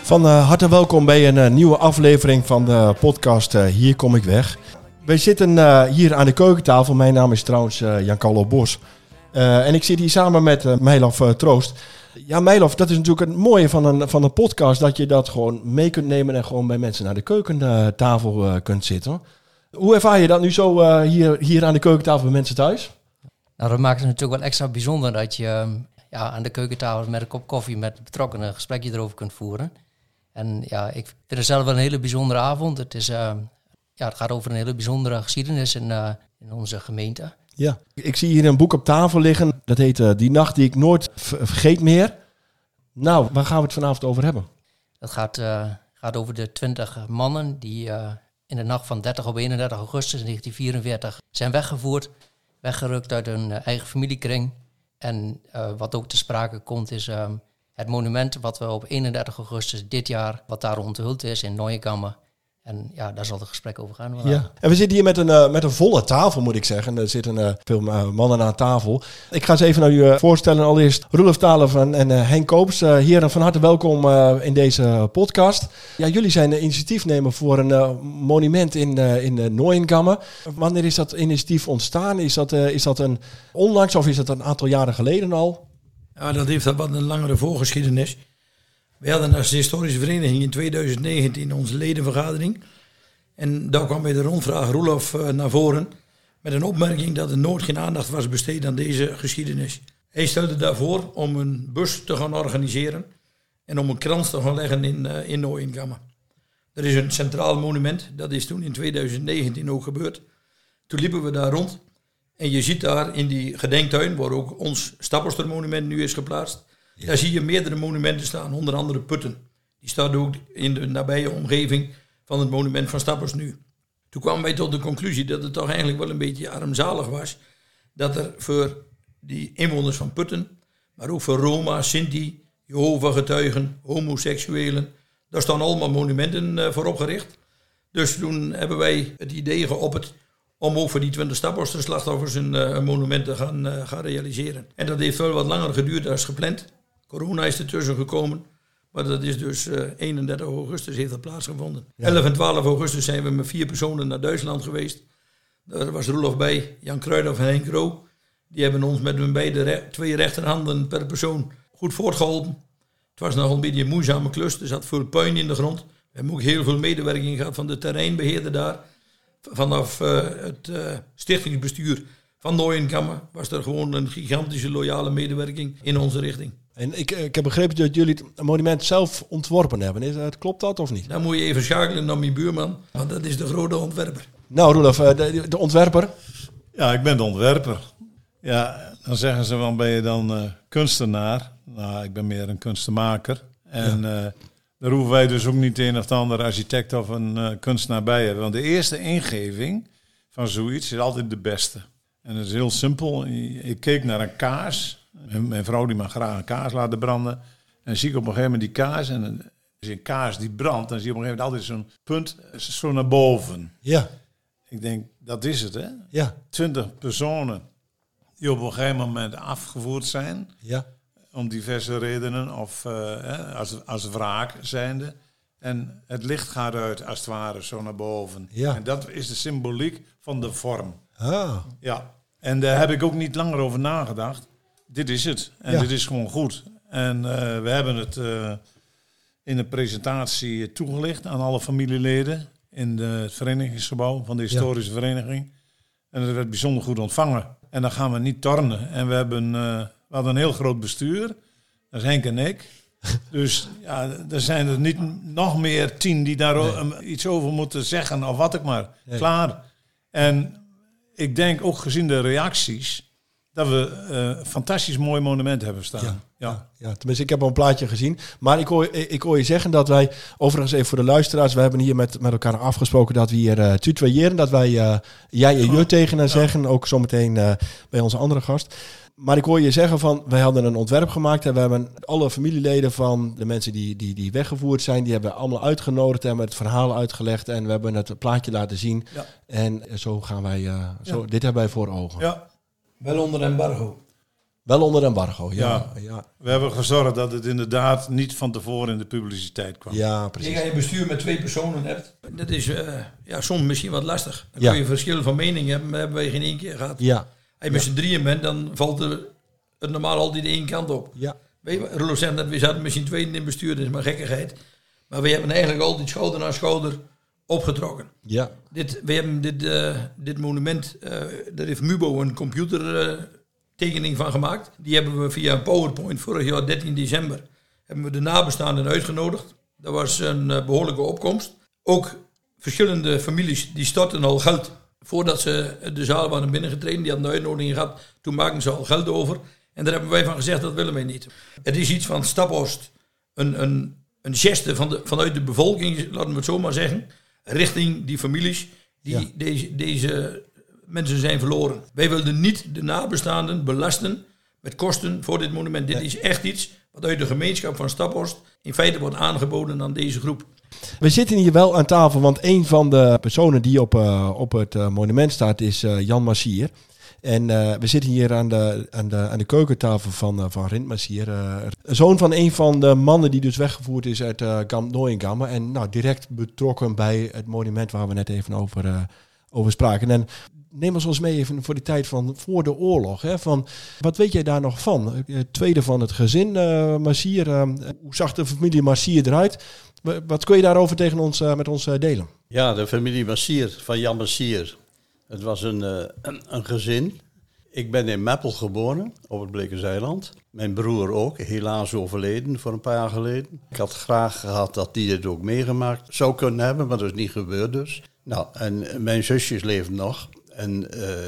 Van harte welkom bij een nieuwe aflevering van de podcast Hier kom ik weg. Wij zitten hier aan de keukentafel. Mijn naam is trouwens Jan-Carlo Bos. En ik zit hier samen met Meilaf Troost. Ja, Meilaf, dat is natuurlijk het mooie van een podcast. Dat je dat gewoon mee kunt nemen en gewoon bij mensen naar de keukentafel kunt zitten. Hoe ervaar je dat nu zo hier aan de keukentafel bij mensen thuis? Nou, dat maakt het natuurlijk wel extra bijzonder dat je aan de keukentafel met een kop koffie met betrokkenen een gesprekje erover kunt voeren. En ja, ik vind het zelf wel een hele bijzondere avond. Het is, het gaat over een hele bijzondere geschiedenis in onze gemeente. Ja, ik zie hier een boek op tafel liggen. Dat heet Die nacht die ik nooit vergeet meer. Nou, waar gaan we het vanavond over hebben? Dat gaat over de 20 mannen die in de nacht van 30 op 31 augustus 1944 zijn weggerukt uit hun eigen familiekring. En wat ook te sprake komt is het monument wat we op 31 augustus dit jaar, wat daar onthuld is in Neuengamme. En ja, daar zal het gesprek over gaan. Ja. En we zitten hier met een volle tafel, moet ik zeggen. Er zitten veel mannen aan tafel. Ik ga ze even naar u voorstellen. Allereerst Roelof Thaler en Henk Koops. Heren, van harte welkom in deze podcast. Ja, jullie zijn initiatiefnemer voor een monument in Neuengamme. Wanneer is dat initiatief ontstaan? Is dat een onlangs of is dat een aantal jaren geleden al? Ja, dat heeft wat een langere voorgeschiedenis. We hadden als historische vereniging in 2019 onze ledenvergadering. En daar kwam bij de rondvraag Roelof naar voren met een opmerking dat er nooit geen aandacht was besteed aan deze geschiedenis. Hij stelde daarvoor om een bus te gaan organiseren en om een krans te gaan leggen in Neuengamme. Er is een centraal monument, dat is toen in 2019 ook gebeurd. Toen liepen we daar rond en je ziet daar in die gedenktuin, waar ook ons Staphorstermonument nu is geplaatst, ja. Daar zie je meerdere monumenten staan, onder andere Putten. Die staat ook in de nabije omgeving van het monument van Staphorst nu. Toen kwamen wij tot de conclusie dat het toch eigenlijk wel een beetje armzalig was dat er voor die inwoners van Putten, maar ook voor Roma, Sinti, Jehovah-getuigen, homoseksuelen, daar staan allemaal monumenten voor opgericht. Dus toen hebben wij het idee geopperd om ook voor die 20 Staphorster slachtoffers een monument te gaan realiseren. En dat heeft wel wat langer geduurd dan gepland. Corona is ertussen gekomen, maar dat is dus 31 augustus heeft dat plaatsgevonden. Ja. 11 en 12 augustus zijn we met 4 personen naar Duitsland geweest. Daar was Roelof bij, Jan Kruidhoff en Henk Roo. Die hebben ons met hun beide 2 rechterhanden per persoon goed voortgeholpen. Het was nog een beetje een moeizame klus, er zat veel puin in de grond. We hebben ook heel veel medewerking gehad van de terreinbeheerder daar. Vanaf het stichtingsbestuur van Neuengamme was er gewoon een gigantische loyale medewerking in onze richting. En ik heb begrepen dat jullie het monument zelf ontworpen hebben. Klopt dat of niet? Dan moet je even schakelen naar mijn buurman, want dat is de grote ontwerper. Nou Roelof, de ontwerper. Ja, ik ben de ontwerper. Ja, dan zeggen ze, van ben je dan kunstenaar? Nou, ik ben meer een kunstenmaker. En daar hoeven wij dus ook niet een of ander architect of een kunstenaar bij hebben. Want de eerste ingeving van zoiets is altijd de beste. En dat is heel simpel. Ik keek naar een kaars. Mijn vrouw die mag graag een kaars laten branden. En dan zie ik op een gegeven moment die kaars. En als je een kaars die brandt, dan zie je op een gegeven moment altijd zo'n punt zo naar boven. Ja. Ik denk, dat is het, hè? Ja. 20 personen die op een gegeven moment afgevoerd zijn. Ja. Om diverse redenen, of als wraak zijnde. En het licht gaat uit, als het ware, zo naar boven. Ja. En dat is de symboliek van de vorm. Ah. Ja. En daar heb ik ook niet langer over nagedacht. Dit is het. En dit is gewoon goed. En we hebben het in de presentatie toegelicht aan alle familieleden in het verenigingsgebouw van de historische vereniging. En dat werd bijzonder goed ontvangen. En dan gaan we niet tornen. En we hadden een heel groot bestuur. Dat is Henk en ik. Dus ja, er zijn er niet nog meer 10 die daar iets over moeten zeggen of wat ik maar. Nee. Klaar. En ik denk ook gezien de reacties dat we een fantastisch mooi monument hebben staan. Ja. Tenminste, ik heb al een plaatje gezien. Maar ik hoor je zeggen dat wij, overigens even voor de luisteraars, we hebben hier met elkaar afgesproken dat we hier tutoyeren. Dat wij jij en je tegen haar zeggen, ook zometeen bij onze andere gast. Maar ik hoor je zeggen van, wij hadden een ontwerp gemaakt en we hebben alle familieleden van de mensen die weggevoerd zijn, die hebben allemaal uitgenodigd en hebben het verhaal uitgelegd en we hebben het plaatje laten zien. Ja. En zo gaan wij, dit hebben wij voor ogen. Ja, wel onder embargo. Wel onder embargo, Ja. Ja, We hebben gezorgd dat het inderdaad niet van tevoren in de publiciteit kwam. ja Als precies. je een bestuur met 2 personen hebt, dat is soms misschien wat lastig. Dan Ja. kun je verschillen van mening hebben, maar hebben wij geen één keer gehad. Ja, Als je met z'n drieën bent, dan valt er het normaal altijd één kant op. ja, Weet je, Roelof zegt dat we zaten misschien 2 in het bestuur, dat is maar gekkigheid. Maar we hebben eigenlijk altijd schouder aan schouder opgetrokken. ja. We hebben dit monument, daar heeft Mubo een computertekening van gemaakt. Die hebben we via een PowerPoint vorig jaar 13 december hebben we de nabestaanden uitgenodigd. Dat was een behoorlijke opkomst. Ook verschillende families die stortten al geld voordat ze de zaal waren binnengetreden. Die hadden de uitnodiging gehad, toen maakten ze al geld over. En daar hebben wij van gezegd, dat willen wij niet. Het is iets van Staphorst, een geste vanuit de bevolking, laten we het zo maar zeggen, richting die families die deze mensen zijn verloren. Wij wilden niet de nabestaanden belasten met kosten voor dit monument. Dit is echt iets wat uit de gemeenschap van Staphorst in feite wordt aangeboden aan deze groep. We zitten hier wel aan tafel, want een van de personen die op het monument staat is Jan Massier. En we zitten hier aan de keukentafel van Rint Massier. Zoon van een van de mannen die dus weggevoerd is uit Kamp Nooiengamme. En nou, direct betrokken bij het monument waar we net even over spraken. En neem ons mee even voor die tijd van voor de oorlog. Hè, van, wat weet jij daar nog van? Het tweede van het gezin, Massier. Hoe zag de familie Massier eruit? Wat kun je daarover tegen ons, met ons delen? Ja, de familie Massier, van Jan Massier. Het was een gezin. Ik ben in Meppel geboren, op het Blekerseiland. Mijn broer ook, helaas overleden voor een paar jaar geleden. Ik had graag gehad dat die dit ook meegemaakt zou kunnen hebben, maar dat is niet gebeurd dus. Nou, en mijn zusjes leven nog. En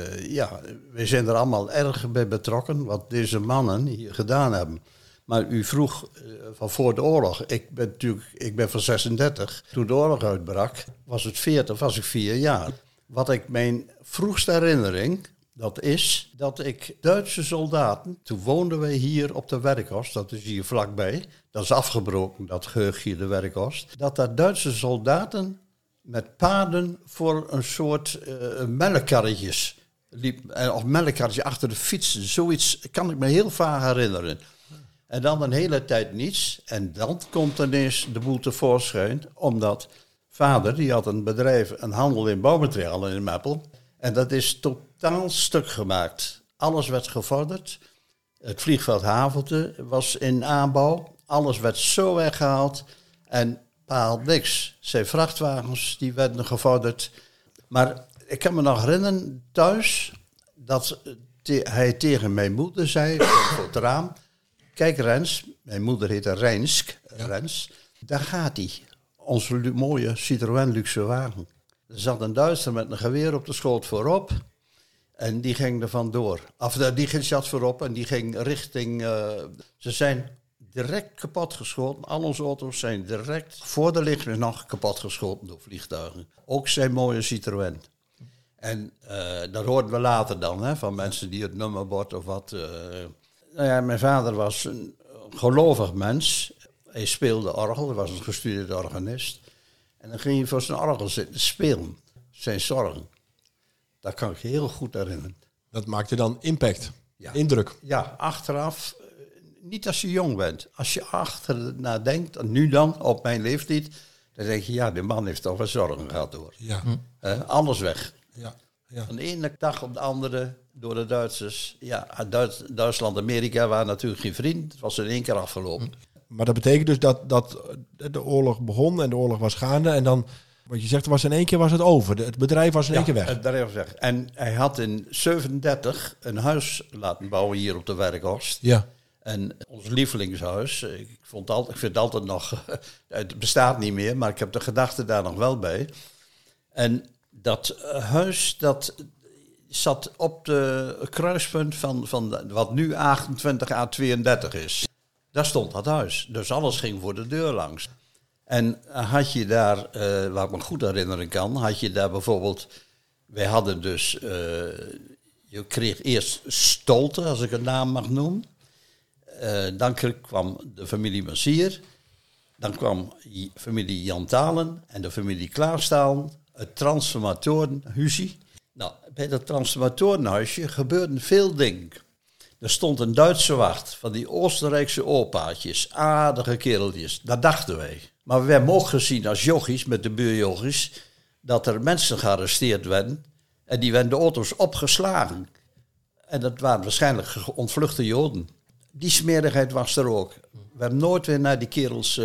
wij zijn er allemaal erg bij betrokken, wat deze mannen hier gedaan hebben. Maar u vroeg van voor de oorlog. Ik ben van 36. Toen de oorlog uitbrak, was ik 4 jaar. Wat ik mijn vroegste herinnering, dat is dat ik Duitse soldaten, toen woonden wij hier op de Werkhorst, dat is hier vlakbij, dat is afgebroken, dat geheugje de Werkhorst, dat daar Duitse soldaten met paarden voor een soort melkkarretjes liep, of melkkarretjes achter de fiets, zoiets kan ik me heel vaag herinneren. En dan een hele tijd niets, en dan komt ineens de boel tevoorschijn, omdat vader, die had een bedrijf, een handel in bouwmaterialen in Meppel. En dat is totaal stuk gemaakt. Alles werd gevorderd. Het vliegveld Havelte was in aanbouw. Alles werd zo weggehaald. En paal niks. Zijn vrachtwagens, die werden gevorderd. Maar ik kan me nog herinneren thuis dat hij tegen mijn moeder zei, voor het raam: kijk Rens, mijn moeder heette Reinsk, Rens, daar gaat hij. Onze mooie Citroën luxe wagen. Er zat een Duitser met een geweer op de schoot voorop. En die ging er vandoor. Die zat voorop en die ging richting... ze zijn direct kapot geschoten. Al onze auto's zijn direct voor de licht nog kapot geschoten door vliegtuigen. Ook zijn mooie Citroën. En dat hoorden we later dan, hè, van mensen die het nummerbord of wat... mijn vader was een gelovig mens. Hij speelde orgel, hij was een gestudeerd organist. En dan ging hij voor zijn orgel zitten spelen, zijn zorgen. Dat kan ik heel goed herinneren. Dat maakte dan impact, Ja. indruk. Ja, achteraf, niet als je jong bent. Als je achterna denkt, en nu dan, op mijn leeftijd, dan denk je, ja, die man heeft toch wel zorgen gehad door. Ja. Alles weg. Ja. Van de ene dag op de andere door de Duitsers. Ja, Duitsland en Amerika waren natuurlijk geen vriend. Het was in 1 keer afgelopen. Maar dat betekent dus dat de oorlog begon en de oorlog was gaande. En dan, wat je zegt, was in één keer was het over. Het bedrijf was in één keer weg. Het bedrijf was weg. En hij had in 1937 een huis laten bouwen hier op de Werkhorst. Ja. En ons lievelingshuis, ik vind het altijd nog, het bestaat niet meer, maar ik heb de gedachte daar nog wel bij. En dat huis, dat zat op de kruispunt van wat nu 28 A32 is. Daar stond dat huis. Dus alles ging voor de deur langs. En had je daar, waar ik me goed herinneren kan, had je daar bijvoorbeeld... Wij hadden dus, je kreeg eerst Stolte, als ik een naam mag noemen. Dan kwam de familie Massier. Dan kwam de familie Jan Talen en de familie Klaarstalen. Het transformatorenhuisje. Nou, bij dat transformatorenhuisje gebeurden veel dingen. Er stond een Duitse wacht van die Oostenrijkse opaatjes, aardige kereltjes. Dat dachten wij. Maar we hebben ook gezien als jochies, met de buurjochies, dat er mensen gearresteerd werden. En die werden de auto's opgeslagen. En dat waren waarschijnlijk ontvluchte Joden. Die smerigheid was er ook. We hebben nooit weer naar die kerels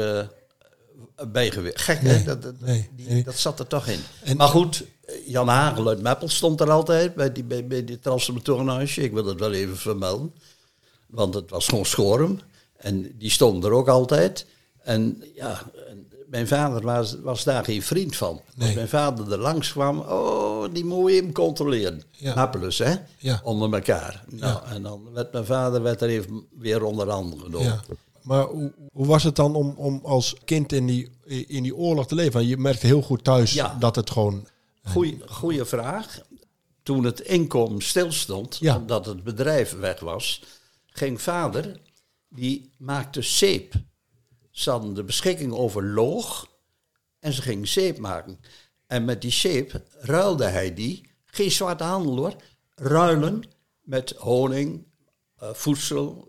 bij geweest. Gek, Nee, hè? Dat zat er toch in. Maar goed, Jan Hagel uit Meppel stond er altijd bij die transformatorenhuisje. Ik wil dat wel even vermelden. Want het was gewoon Schorum. En die stond er ook altijd. En ja, mijn vader was daar geen vriend van. Nee. Als mijn vader er langs kwam, die moet je hem controleren. Ja. Meppelus, hè? Ja. Onder elkaar. Nou, en dan werd mijn vader er even weer onder handen genomen. Ja. Maar hoe was het dan om als kind in die oorlog te leven? Want je merkte heel goed thuis dat het gewoon... Goeie vraag. Toen het inkomen stilstond, omdat het bedrijf weg was, ging vader, die maakte zeep. Ze hadden de beschikking over loog en ze gingen zeep maken. En met die zeep ruilde hij die, geen zwarte handel hoor, ruilen met honing, voedsel.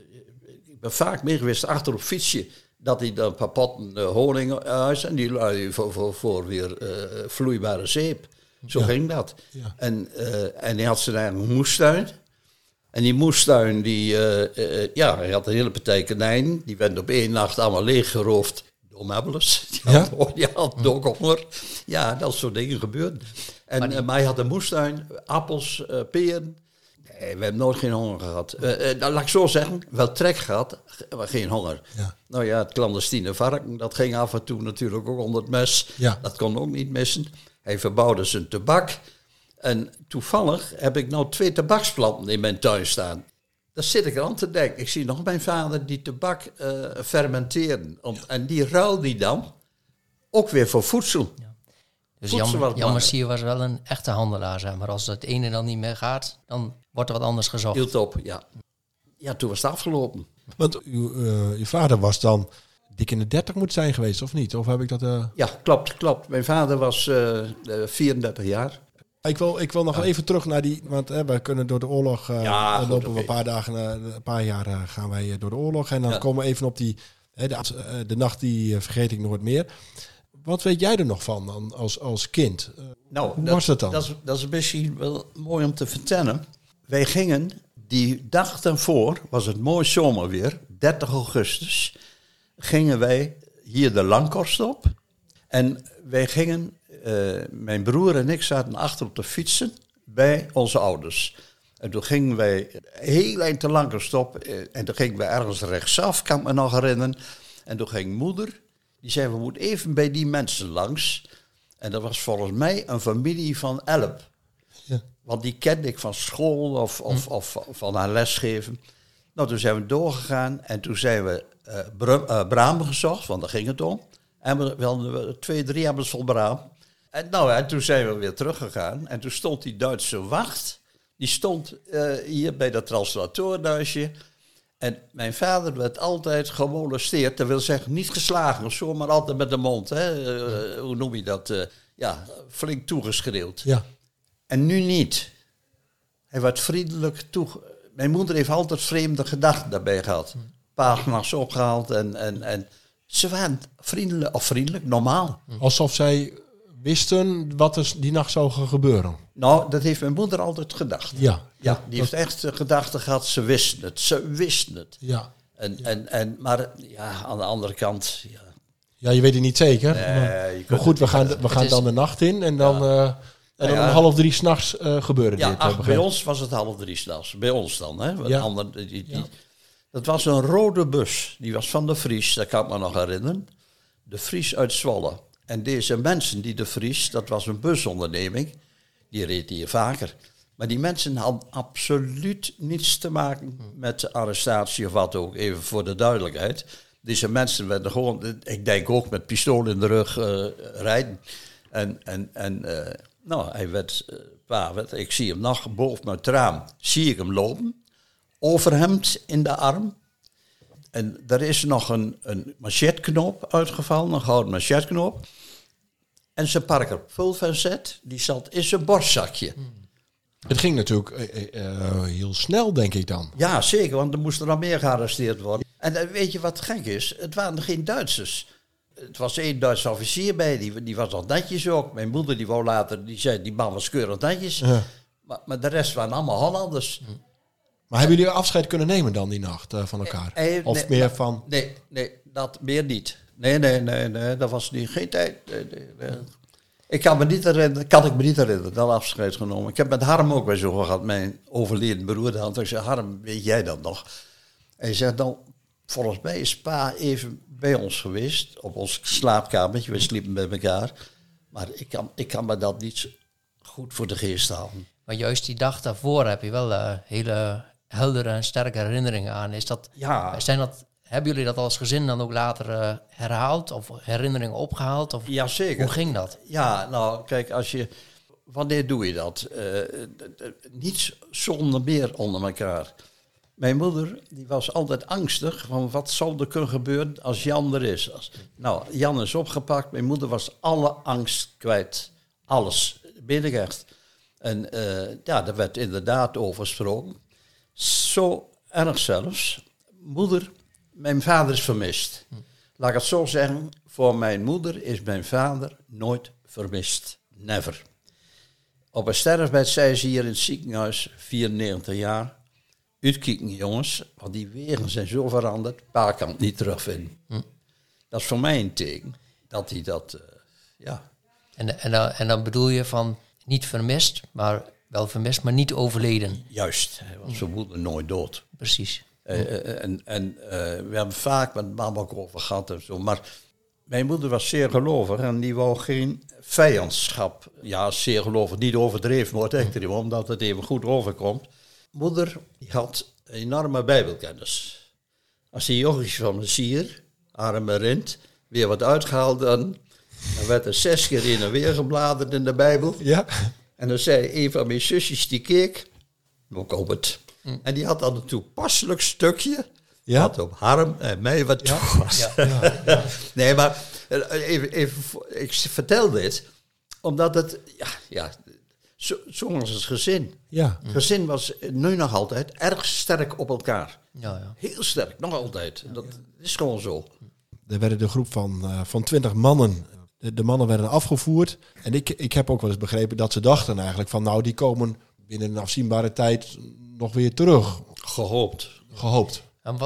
Ik ben vaak mee geweest achter op fietsje, dat hij dan een paar potten honing huis en die lui voor weer vloeibare zeep. Zo ging dat. Ja. En hij had zijn eigen moestuin. En die moestuin, hij had een hele partij konijnen. Die werden op 1 nacht allemaal leeggeroofd door Meppelus. Die had ook honger. Ja, dat soort dingen gebeurden. Maar hij had een moestuin, appels, peren. Nee, we hebben nooit geen honger gehad. Laat ik zo zeggen, wel trek gehad, maar geen honger. Ja. Nou ja, het clandestine varken, dat ging af en toe natuurlijk ook onder het mes. Ja. Dat kon ook niet missen. Hij verbouwde zijn tabak. En toevallig heb ik nou 2 tabaksplanten in mijn tuin staan. Daar zit ik aan te denken. Ik zie nog mijn vader die tabak fermenteren. En die ruilde die dan ook weer voor voedsel. Ja. Dus Voedsel Jan Mercier was wel een echte handelaar, zeg maar. Als het ene dan niet meer gaat, dan wordt er wat anders gezocht. Hield op, ja. Ja, toen was het afgelopen. Want je vader was dan dik in de 30 moet zijn geweest, of niet? Of heb ik dat... Ja, klopt. Mijn vader was 34 jaar. Ik wil nog even terug naar die... Want we kunnen door de oorlog... lopen we een paar jaar gaan wij door de oorlog. En dan komen we even op die... de nacht die vergeet ik nooit meer. Wat weet jij er nog van dan als kind? Hoe was dat dan? Dat is misschien wel mooi om te vertellen. Wij gingen die dag daarvoor, was het mooi zomerweer, 30 augustus, gingen wij hier de Langkorst op. En wij gingen, mijn broer en ik zaten achter op de fietsen bij onze ouders. En toen gingen wij heel eind de Langkorst op. En toen gingen we ergens rechtsaf, kan ik me nog herinneren. En toen ging moeder, die zei, we moeten even bij die mensen langs. En dat was volgens mij een familie van Elp. Ja. Want die kende ik van school of van haar lesgeven. Nou, toen zijn we doorgegaan en toen zijn we braam gezocht, want daar ging het om. En we hadden 2-3 appels vol braam. En toen zijn we weer teruggegaan. En toen stond die Duitse wacht, die stond hier bij dat transformatorenhuisje. En mijn vader werd altijd gemolesteerd. Dat wil zeggen, niet geslagen of zo, maar altijd met de mond. Hè? Hoe noem je dat? Flink toegeschreeuwd. Ja. En nu niet. Hij werd vriendelijk Mijn moeder heeft altijd vreemde gedachten daarbij gehad. Pagina's opgehaald en ze waren vriendelijk, normaal. Alsof zij wisten wat er die nacht zou gebeuren. Nou, dat heeft mijn moeder altijd gedacht. Ja, die heeft echt gedachten gehad, ze wisten het. Ja. Maar ja, aan de andere kant... Ja, je weet het niet zeker. Nee, maar goed, we gaan dan de nacht in en dan... En dan om 2:30 s'nachts gebeurde dit. Bij ons was het 2:30 s'nachts. Bij ons dan. Hè? Dat was een rode bus. Die was van de Vries, dat kan ik me nog herinneren. De Vries uit Zwolle. En deze mensen die de Vries, dat was een busonderneming. Die reed hier vaker. Maar die mensen hadden absoluut niets te maken met arrestatie of wat ook. Even voor de duidelijkheid. Deze mensen werden gewoon, ik denk ook met pistool in de rug rijden. Hij werd, ik zie hem nog boven mijn raam, zie ik hem lopen. Overhemd in de arm. En er is nog een machetknop uitgevallen, een gouden machetknop. En zijn Parker pulverzet, die zat in zijn borstzakje. Het ging natuurlijk heel snel, denk ik dan. Ja, zeker, want er moesten nog meer gearresteerd worden. En weet je wat gek is? Het waren geen Duitsers. Het was 1 Duitse officier bij, die was al netjes ook. Mijn moeder die wou later, die zei, die man was keurig netjes. Ja. Maar de rest waren allemaal Hollanders. Maar hebben jullie afscheid kunnen nemen dan die nacht van elkaar? Of meer van... Nee, dat meer niet. Nee, dat was niet, geen tijd. Nee. Ik kan me niet herinneren dat afscheid genomen. Ik heb met Harm ook weer zo gehad, mijn overleden broer. Ik zei, Harm, weet jij dat nog? Hij zegt, nou, volgens mij is pa even bij ons geweest, op ons slaapkamertje. We sliepen met elkaar. Maar ik kan me dat niet goed voor de geest halen. Maar juist die dag daarvoor heb je wel hele heldere en sterke herinneringen aan. Ja. Hebben jullie dat als gezin dan ook later herhaald of herinneringen opgehaald? Of Jazeker. hoe ging dat? Ja, nou kijk, wanneer doe je dat? Niets zonder meer onder elkaar. Mijn moeder die was altijd angstig van wat zal er kunnen gebeuren als Jan er is. Jan is opgepakt, mijn moeder was alle angst kwijt. Alles, ben ik echt. En daar werd inderdaad over gesproken. Zo erg zelfs. Moeder, mijn vader is vermist. Laat ik het zo zeggen, voor mijn moeder is mijn vader nooit vermist. Never. Op een sterfbed zei ze hier in het ziekenhuis, 94 jaar. Uitkijken jongens, want die wegen zijn zo veranderd, pa kan het niet terugvinden. Dat is voor mij een teken dat hij dat, ja. En dan bedoel je van niet vermist, maar wel vermist, maar niet overleden. Juist, hij was zijn moeder nooit dood. Precies. We hebben vaak met mama ook over gehad en zo, maar mijn moeder was zeer gelovig en die wou geen vijandschap. Ja, zeer gelovig, niet overdreven wordt echt, omdat het even goed overkomt. Moeder die had enorme bijbelkennis. Als die jochies van de sier, arme rint, weer wat uitgehaald, dan werd er 6 keer in en weer gebladerd in de Bijbel. Ja. En dan zei een van mijn zusjes, die keek, hoe komt het? En die had dan een toepasselijk stukje, wat op Harm en mij wat toe was. Ja. Nee, maar even, ik vertel dit, omdat het, zo was het gezin. Ja. Het gezin was nu nog altijd erg sterk op elkaar. Ja. Heel sterk, nog altijd. Dat is gewoon zo. Er werden de groep van 20 mannen. De mannen werden afgevoerd. En ik heb ook wel eens begrepen dat ze dachten eigenlijk van nou, die komen binnen een afzienbare tijd nog weer terug. Gehoopt. En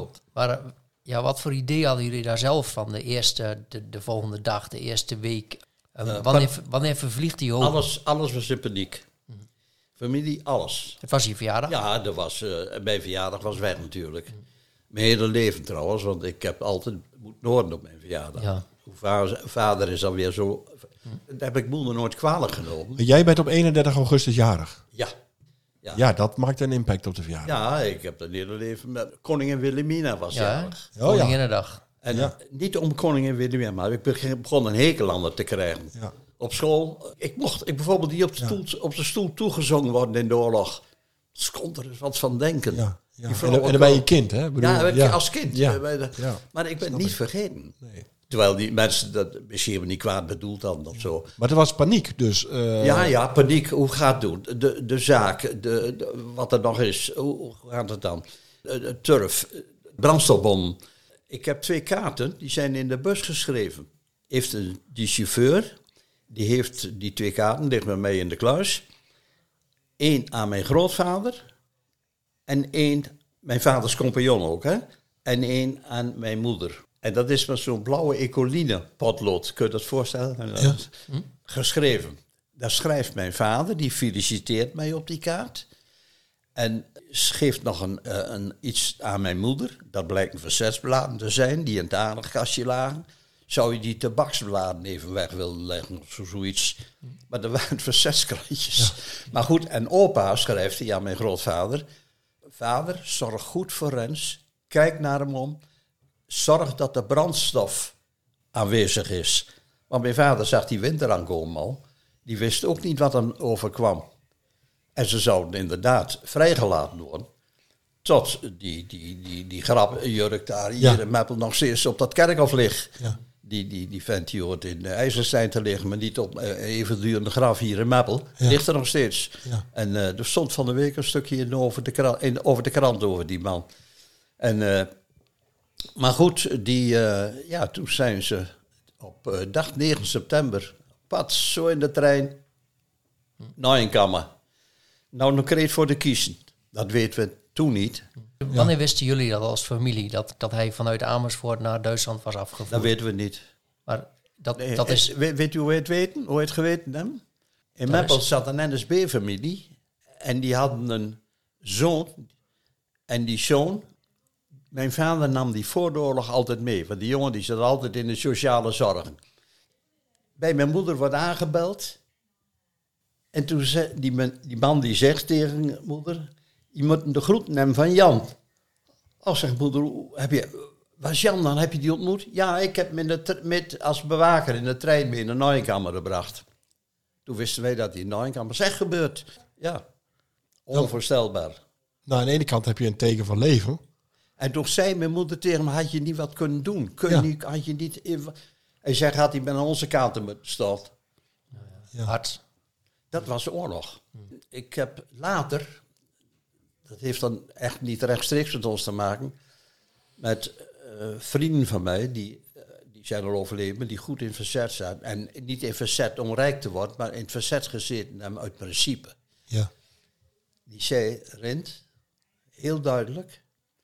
wat voor idee hadden jullie daar zelf van de volgende dag, de eerste week? Wanneer vervliegt die hoop? Alles was in paniek. Familie, alles. Het was je verjaardag? Ja, mijn verjaardag was weg natuurlijk. Mijn hele leven trouwens, want ik heb altijd moeten horen op mijn verjaardag. Ja. Vader is alweer zo... Dat heb ik moeder nooit kwalijk genomen. Jij bent op 31 augustus jarig. Ja. Ja, dat maakt een impact op de verjaardag. Ja, ik heb het hele leven met koningin Wilhelmina was jarig. Koninginnedag. En niet om koningin Wilhelmina, maar ik begon een hekel aan het te krijgen. Ja. Op school, ik bijvoorbeeld die op de stoel toegezongen worden in de oorlog. Dus kon er eens wat van denken. Ja. En dan ben je kind, hè? Als kind. Ja. Maar ik ben het niet vergeten. Nee. Terwijl die mensen dat misschien niet kwaad bedoeld hadden of zo. Maar er was paniek, dus... Ja, paniek. Hoe gaat het doen? De zaak, wat er nog is. Hoe gaat het dan? Turf, brandstofbom. Ik heb 2 kaarten, die zijn in de bus geschreven. Die chauffeur, die heeft die 2 kaarten, ligt bij mij in de kluis. 1 aan mijn grootvader. En 1, mijn vaders compagnon ook, hè. En 1 aan mijn moeder. En dat is met zo'n blauwe Ecoline potlood. Kun je dat voorstellen? Ja. Geschreven. Daar schrijft mijn vader, die feliciteert mij op die kaart. En geeft nog iets aan mijn moeder. Dat blijkt verzetsbladen te zijn, die in het aanrechtskastje lagen. Zou je die tabaksbladen even weg willen leggen of zoiets. Maar er waren verzetskrantjes. Ja. Maar goed, en opa schrijft hij aan mijn grootvader. Vader, zorg goed voor Rens. Kijk naar hem om. Zorg dat de brandstof aanwezig is. Want mijn vader zag die winter aankomen al. Die wist ook niet wat hem overkwam. En ze zouden inderdaad vrijgelaten worden. Tot die grapjurk daar hier in Meppel nog steeds op dat kerkhof ligt. Ja. Die vent die hoort in IJsselstein te liggen, maar niet op eeuwigdurende graf hier in Meppel. Ja. Ligt er nog steeds. Ja. En er stond van de week een stukje over de krant over die man. En, maar goed, toen zijn ze op dag 9 september, pats, zo in de trein, naar een kamer. Nou, nog kreeg voor de kiezen. Dat weten we toen niet. Wanneer wisten jullie dat als familie, dat hij vanuit Amersfoort naar Duitsland was afgevoerd? Dat weten we niet. Maar dat is... Weet u hoe je het weten? Hoe je het geweten hebben? In Meppel zat een NSB-familie en die hadden een zoon. En die zoon, mijn vader nam die voor de oorlog altijd mee. Want die jongen die zat altijd in de sociale zorgen. Bij mijn moeder wordt aangebeld. En toen zei die man die zegt tegen moeder, je moet de groeten hebben van Jan. Oh, zegt moeder, was Jan dan? Heb je die ontmoet? Ja, ik heb hem als bewaker in de trein mee naar de Nijenkamer gebracht. Toen wisten wij dat die in de Nijenkamer is echt gebeurd. Ja, onvoorstelbaar. Nou, aan de ene kant heb je een teken van leven. En toen zei mijn moeder tegen hem, had je niet wat kunnen doen? Had je niet... Hij zegt, had hij bij onze kaarten besteld. Ja. Hard. Dat was de oorlog. Ik heb later, dat heeft dan echt niet rechtstreeks met ons te maken, met vrienden van mij, die zijn al overleden, die goed in verzet zijn. En niet in verzet om rijk te worden, maar in het verzet gezeten hebben uit principe. Ja. Die zei, Rint, heel duidelijk,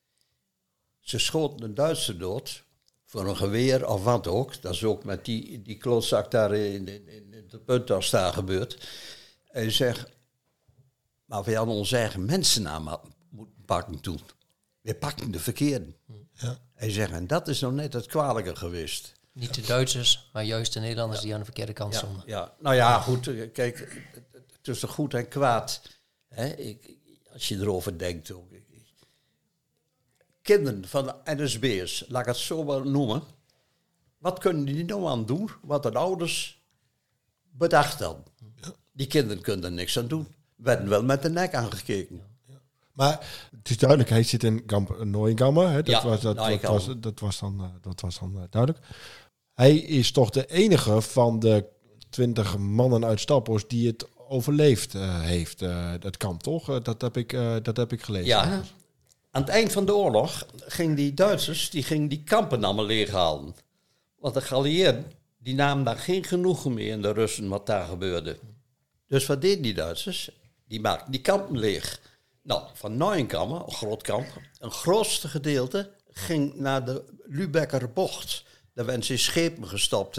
ze schoten een Duitser dood, voor een geweer of wat ook. Dat is ook met die klootzak daar in de Puntas daar gebeurd. En zegt, maar we hadden onze eigen mensennaam moeten pakken toen. We pakten de verkeerde. Ja. Hij zegt, en dat is nou net het kwalijke geweest. Niet de Duitsers, maar juist de Nederlanders die aan de verkeerde kant stonden. Ja. Nou ja, goed, kijk, tussen goed en kwaad, hè, als je erover denkt ook. Kinderen van de NSB'ers, laat ik het zo maar noemen. Wat kunnen die nou aan doen? Wat de ouders bedacht hadden. Ja. Die kinderen kunnen er niks aan doen. Werden wel met de nek aangekeken. Ja. Maar het is duidelijk, hij zit in kamp Nijenkamer. Dat was dan duidelijk. Hij is toch de enige van de 20 mannen uit Staphorst die het overleefd heeft, dat kamp, toch? Dat heb ik gelezen. Ja. Aan het eind van de oorlog gingen die Duitsers die kampen allemaal leeghalen. Want de geallieerden die namen daar geen genoegen meer in de Russen wat daar gebeurde. Dus wat deden die Duitsers? Die maakten die kampen leeg. Nou, van Nijenkamer, een groot kamp, een grootste gedeelte ging naar de Lübecker bocht. Daar werden ze in schepen gestopt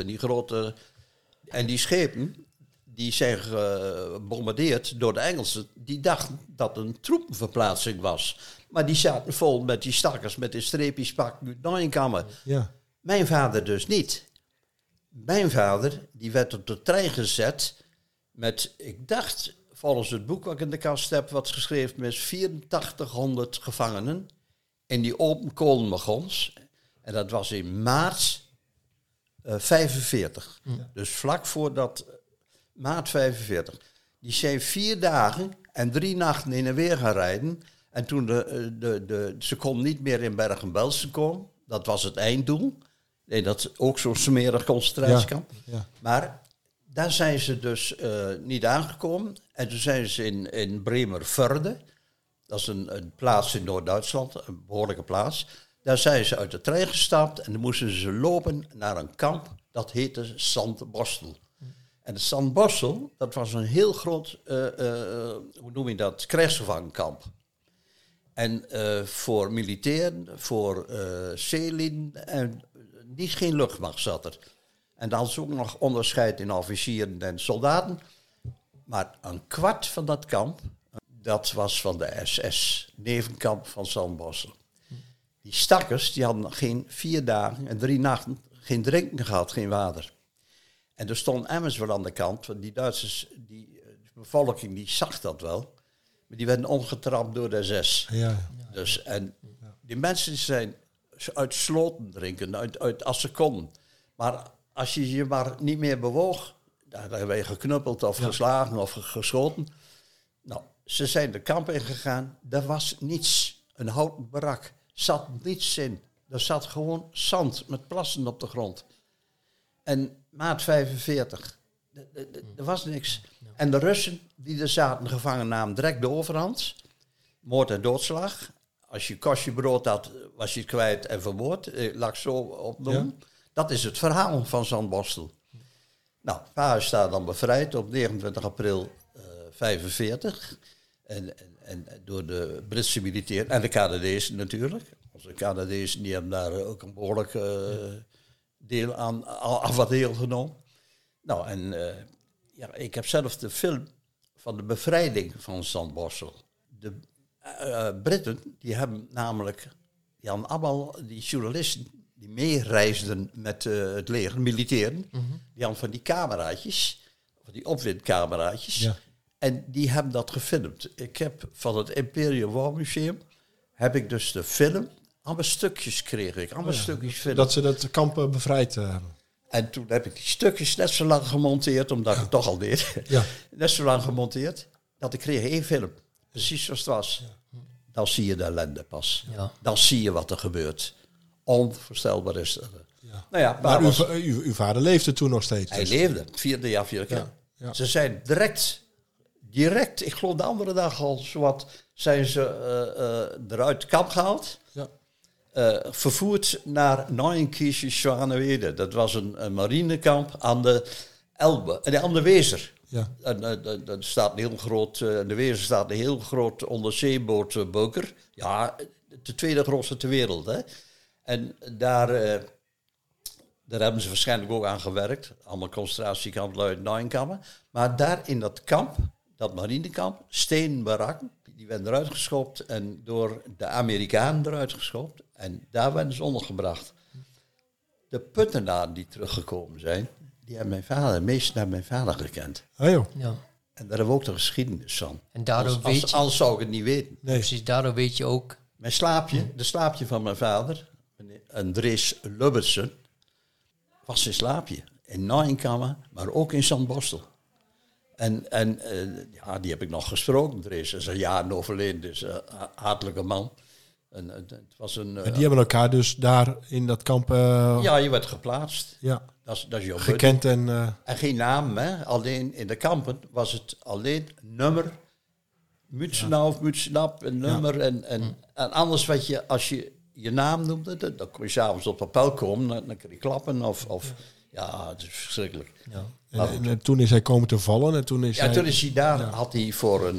en die schepen die zijn gebombardeerd door de Engelsen. Die dachten dat het een troepenverplaatsing was. Maar die zaten vol met die stakkers met de streepjes pak Nijenkamer. Ja. Mijn vader dus niet. Mijn vader die werd op de trein gezet met, ik dacht, volgens het boek wat ik in de kast heb, wat geschreven met 8400 gevangenen in die open kolenwagons. En dat was in maart 45. Ja. Dus vlak voor dat maart 45. Die zijn 4 dagen en 3 nachten heen en weer gaan rijden. En toen ze konden niet meer in Bergen-Belsen komen. Dat was het einddoel. Nee, dat is ook zo'n smerig concentratiekamp. Ja, ja. Maar daar zijn ze dus niet aangekomen. En toen zijn ze in Bremervörde. Dat is een plaats in Noord-Duitsland, een behoorlijke plaats. Daar zijn ze uit de trein gestapt en dan moesten ze lopen naar een kamp. Dat heette Sandborstel. En het Sandborstel, dat was een heel groot, hoe noem je dat, krijgsgevangenkamp. En voor militairen, voor zeelieden, en geen luchtmacht zat er. En dan hadden ze ook nog onderscheid in officieren en soldaten. Maar een kwart van dat kamp, dat was van de SS, nevenkamp van Sandborstel. Die stakkers, die hadden geen 4 dagen en 3 nachten geen drinken gehad, geen water. En er stond emmers wel aan de kant, want die Duitsers, de bevolking, die zag dat wel. Maar die werden omgetrapt door de SS. Ja. Dus, en die mensen zijn uit sloten drinken, uit als ze konden. Maar als je je maar niet meer bewoog, dan ben je geknuppeld of geslagen of geschoten. Nou, ze zijn de kamp ingegaan, daar was niets. Een houten barak, zat niets in. Er zat gewoon zand met plassen op de grond. En maart 45. Er was niks. En de Russen die er zaten gevangen namen direct de overhand. Moord en doodslag. Als je kostje brood had, was je het kwijt en vermoord. Laat ik zo opnoemen. Ja. Dat is het verhaal van Zandborstel. Nou, Pa is daar dan bevrijd op 29 april 45. En door de Britse militairen en de Canadezen natuurlijk. Onze Canadezen die hebben daar ook een behoorlijk deel aan deel genomen. Nou, en ik heb zelf de film van de bevrijding van Zandborstel. De Britten, die hebben namelijk, die hadden allemaal die journalisten die meereisden met het leger, militairen, die hadden van die cameraatjes, van die opwindcameraatjes. Ja. En die hebben dat gefilmd. Ik heb van het Imperial War Museum, heb ik dus de film, allemaal stukjes kreeg ik, stukjes film. Dat ze dat kamp bevrijd hebben. En toen heb ik die stukjes net zo lang gemonteerd, omdat ik het toch al deed. Ja. Net zo lang gemonteerd, dat ik kreeg 1 film. Precies zoals het was. Ja. Dan zie je de ellende pas. Ja. Dan zie je wat er gebeurt. Onvoorstelbaar is dat. Ja. Nou ja, maar uw vader leefde toen nog steeds. Hij leefde, 4e jaar. Ja. Ja. Ze zijn direct, ik geloof de andere dag al zowat, zijn ze eruit de kamp gehaald. Ja. Vervoerd naar Neuenkirchen Schwanewede. Dat was een marinekamp aan de Elbe, aan de Wezer. Ja. En er staat een heel groot, in de Wezer staat een heel groot onderzeebootbunker. Ja, de tweede grootste ter wereld. Hè. En daar hebben ze waarschijnlijk ook aan gewerkt. Allemaal concentratiekamp, Luitenauenkampen. Maar daar in dat kamp, dat marinekamp, stenen barakken, die werden eruit geschopt en door de Amerikanen eruit geschopt. En daar werden ze ondergebracht. De Puttenaren die teruggekomen zijn, die hebben mijn vader, de meesten hebben mijn vader gekend. Oh joh. Ja. En daar hebben we ook de geschiedenis van. En daardoor anders zou ik het niet weten. Nee. Precies, daardoor weet je ook. Mijn slaapje van mijn vader, Andries Lubbertsen, was zijn slaapje. In Neuenkammer, maar ook in Zandborstel. En die heb ik nog gesproken. Andries is al jaren overleden, dus een hartelijke man. En het was een, die hebben elkaar dus daar in dat kamp... Ja, je werd geplaatst. Ja. Dat is jouw gekend en geen naam, hè. Alleen in de kampen was het alleen nummer, Mutsenap, een nummer. Ja. En anders wat je, als je je naam noemde, dan kon je s'avonds op papel komen, dan kon je klappen of ja, het is verschrikkelijk. Ja. En toen is hij komen te vallen en toen is hij... toen is hij daar, had hij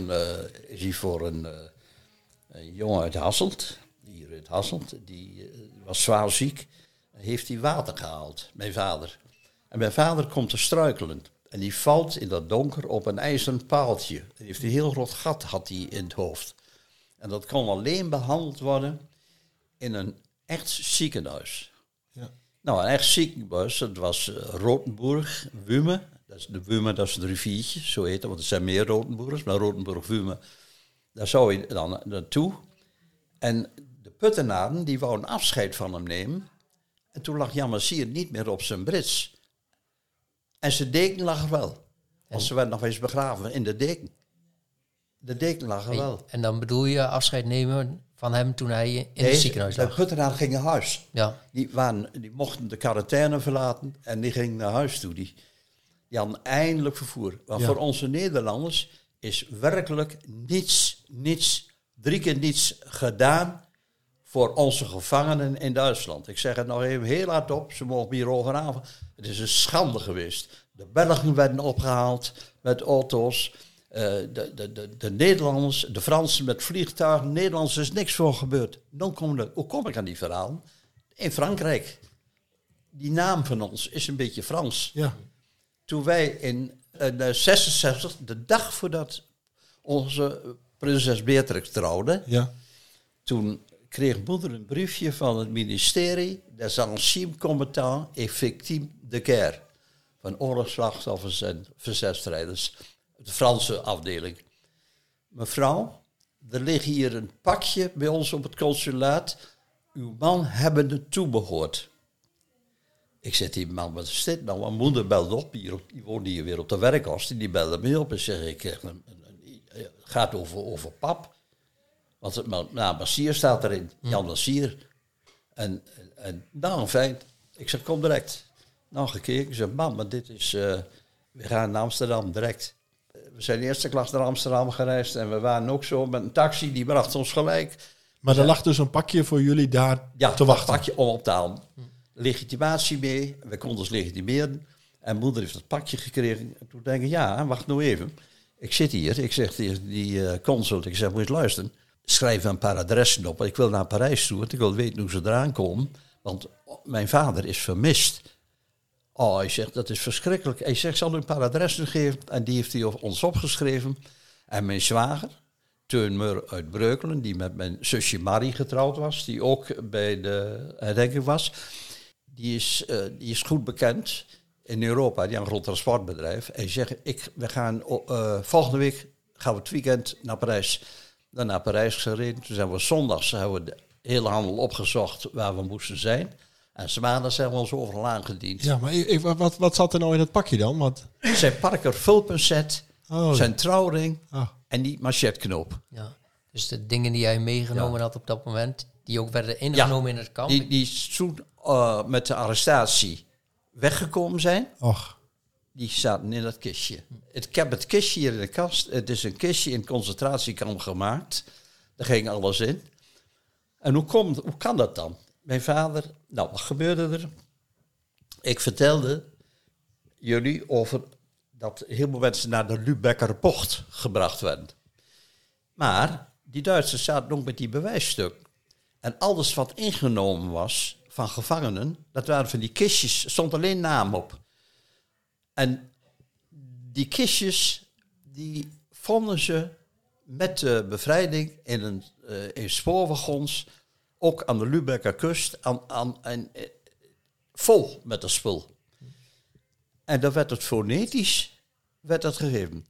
voor een jongen uit Hasselt, hier uit Hasselt, die was zwaar ziek, heeft hij water gehaald, mijn vader. En mijn vader komt te struikelen. En die valt in dat donker op een ijzeren paaltje. Hij heeft een heel groot gat had hij in het hoofd. En dat kon alleen behandeld worden in een echt ziekenhuis. Ja. Nou, een echt ziekenhuis, dat was Rotenburg, Wume. Dat is het riviertje, zo heet het, want er zijn meer Rotenburgers. Maar Rotenburg, Wume, daar zou je dan naartoe. En de Puttenaren, die wouden afscheid van hem nemen. En toen lag Jan Massier niet meer op zijn brits. En zijn deken lag er wel. Want ze werden nog eens begraven in de deken. De deken lag er wel. En dan bedoel je afscheid nemen van hem toen hij in het ziekenhuis lag? De Puttenaren gingen naar huis. Ja. Die mochten de quarantaine verlaten en die gingen naar huis toe. Die hadden eindelijk vervoer. Maar voor onze Nederlanders is werkelijk niets, 3 keer niets gedaan voor onze gevangenen in Duitsland. Ik zeg het nog even heel hard op, ze mogen hier overhaven. Het is een schande geweest. De Belgen werden opgehaald met auto's. De Nederlanders, de Fransen met vliegtuigen. Nederlanders is niks voor gebeurd. Hoe kom ik aan die verhalen? In Frankrijk. Die naam van ons is een beetje Frans. Ja. Toen wij in 66, de dag voordat onze prinses Beatrix trouwde, toen kreeg moeder een briefje van het ministerie des Anciens Combattants et Victimes de Guerre. Van oorlogsslachtoffers en verzetstrijders. De Franse afdeling. Mevrouw, er ligt hier een pakje bij ons op het consulaat. Uw man hebben het toebehoord. Ik zeg, die man, wat is dit nou? Mijn moeder belde op, die woonde hier weer op de werkkast. Die belde me op en zeg het gaat over pap. Want Massier staat erin, Jan Massier. En nou, fijn. Ik zeg, kom direct. Nou, gekeken. Ik zei, man, maar dit is... we gaan naar Amsterdam direct. We zijn eerste klas naar Amsterdam gereisd en we waren ook zo met een taxi, die bracht ons gelijk. Maar er lag dus een pakje voor jullie daar te wachten. Een pakje om op te halen. Legitimatie mee, we konden ons legitimeren. En moeder heeft dat pakje gekregen. En toen denk ik, ja, wacht nou even. Ik zit hier, ik zeg tegen die consult, ik zeg, moet je luisteren. Schrijf een paar adressen op, ik wil naar Parijs toe, want ik wil weten hoe ze eraan komen. Want mijn vader is vermist. Oh, hij zegt, dat is verschrikkelijk. Hij zegt, ik zal u een paar adressen geven. En die heeft hij ons opgeschreven. En mijn zwager, Teun Meur uit Breukelen, die met mijn zusje Marie getrouwd was, die ook bij de herdenking was, die is goed bekend in Europa. Die heeft een groot transportbedrijf. Hij zegt, we gaan volgende week gaan we het weekend naar Parijs. Dan naar Parijs gereden. Toen zijn we zondags hebben we de hele handel opgezocht waar we moesten zijn. En 's maandags hebben we ons overal aangediend. Ja, maar wat zat er nou in het pakje dan? Want... Zijn Parker vulpenset, zijn trouwring en die machetknoop. Ja. Dus de dingen die hij meegenomen had op dat moment, die ook werden ingenomen in het kamp. Die toen met de arrestatie weggekomen zijn, die zaten in dat kistje. Ik heb het kistje hier in de kast. Het is een kistje in het concentratiekamp gemaakt. Daar ging alles in. En hoe kan dat dan? Mijn vader, nou, wat gebeurde er? Ik vertelde jullie over dat heel veel mensen naar de Lübecker Bocht gebracht werden. Maar die Duitsers zaten ook met die bewijsstuk. En alles wat ingenomen was van gevangenen, dat waren van die kistjes, stond alleen naam op. En die kistjes, die vonden ze met de bevrijding in spoorwagons, ook aan de Lübecker kust, vol met dat spul. En dan werd het fonetisch gegeven.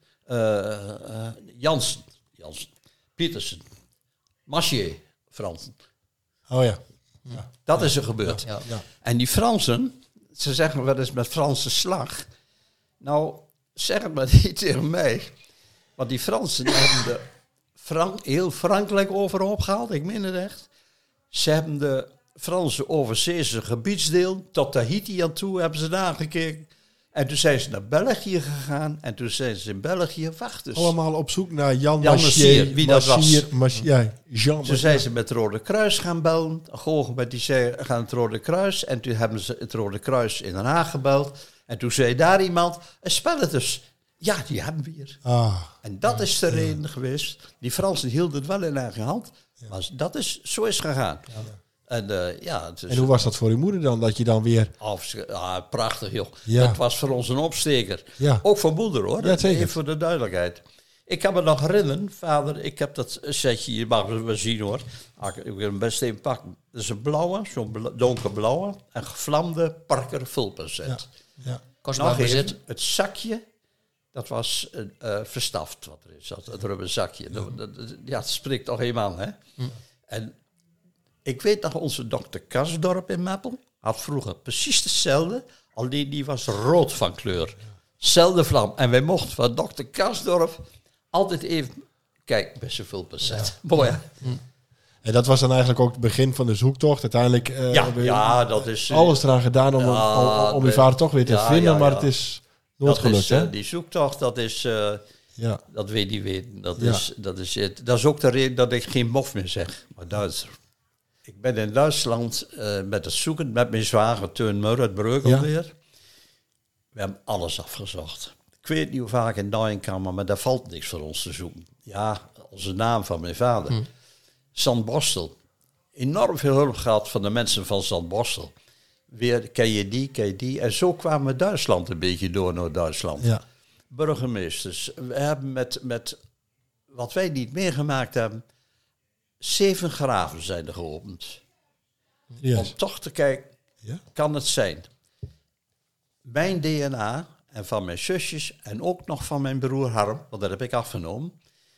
Jansen, Pietersen, Machier, Fransen. Oh ja. Dat is er gebeurd. Ja. En die Fransen, ze zeggen wel eens met Franse slag. Nou, zeg het maar niet tegen mij. Want die Fransen die hebben heel Frankrijk overhoop gehaald, ik meen het echt. Ze hebben de Franse overzeese gebiedsdeel tot Tahiti aan toe hebben ze nagekeken. En toen zijn ze naar België gegaan. En toen zijn ze in België, wacht eens. Allemaal op zoek naar Jan Machier, wie dat was. Jean Toen zijn ze met het Rode Kruis gaan bellen. Goochel die zei, gaan het Rode Kruis. En toen hebben ze het Rode Kruis in Den Haag gebeld. En toen zei daar iemand, spel het dus. Ja, die hebben we hier. En dat is de reden geweest. Die Fransen hielden het wel in eigen hand. Maar zo is het gegaan. En hoe was dat voor uw moeder dan? Dat je dan weer... Prachtig, joh. Ja. Dat was voor ons een opsteker. Ja. Ook voor moeder, hoor. Ja, zeker. Even voor de duidelijkheid. Ik kan me nog herinneren, vader, ik heb dat setje, je mag het wel zien, hoor. Ik wil hem best even pakken. Dat is een blauwe, zo'n donkerblauwe en gevlamde Parker vulpenset. Ja. Kostbaar bezit. Het zakje, dat was verstaft, wat er is. Het rubber zakje. Dat spreekt toch eenmaal, hè? En ik weet nog, onze dokter Kasdorp in Meppel had vroeger precies hetzelfde, alleen die was rood van kleur. Zelfde vlam. En wij mochten van dokter Kasdorp altijd even... Kijk, best zoveel procent. Mooi, hè? En dat was dan eigenlijk ook het begin van de zoektocht. Uiteindelijk dat is... alles eraan gedaan om uw vader toch weer te vinden, maar het is nooit gelukt, hè? Die zoektocht, dat is... Dat weet je weten. Dat is ook de reden dat ik geen mof meer zeg, maar Duitser. Ik ben in Duitsland met het zoeken, met mijn zwager Teun Meur uit Breukelen weer. We hebben alles afgezocht. Ik weet niet hoe vaak in Duinkamer, maar daar valt niks voor ons te zoeken. Ja, onze naam van mijn vader. Zandborstel. Enorm veel hulp gehad van de mensen van Zandborstel. Weer, ken je die? En zo kwamen we Duitsland een beetje door naar Duitsland. Ja. Burgemeesters. We hebben met wat wij niet meegemaakt hebben, 7 graven zijn er geopend. Yes. Om toch te kijken, kan het zijn? Mijn DNA en van mijn zusjes en ook nog van mijn broer Harm, want dat heb ik afgenomen,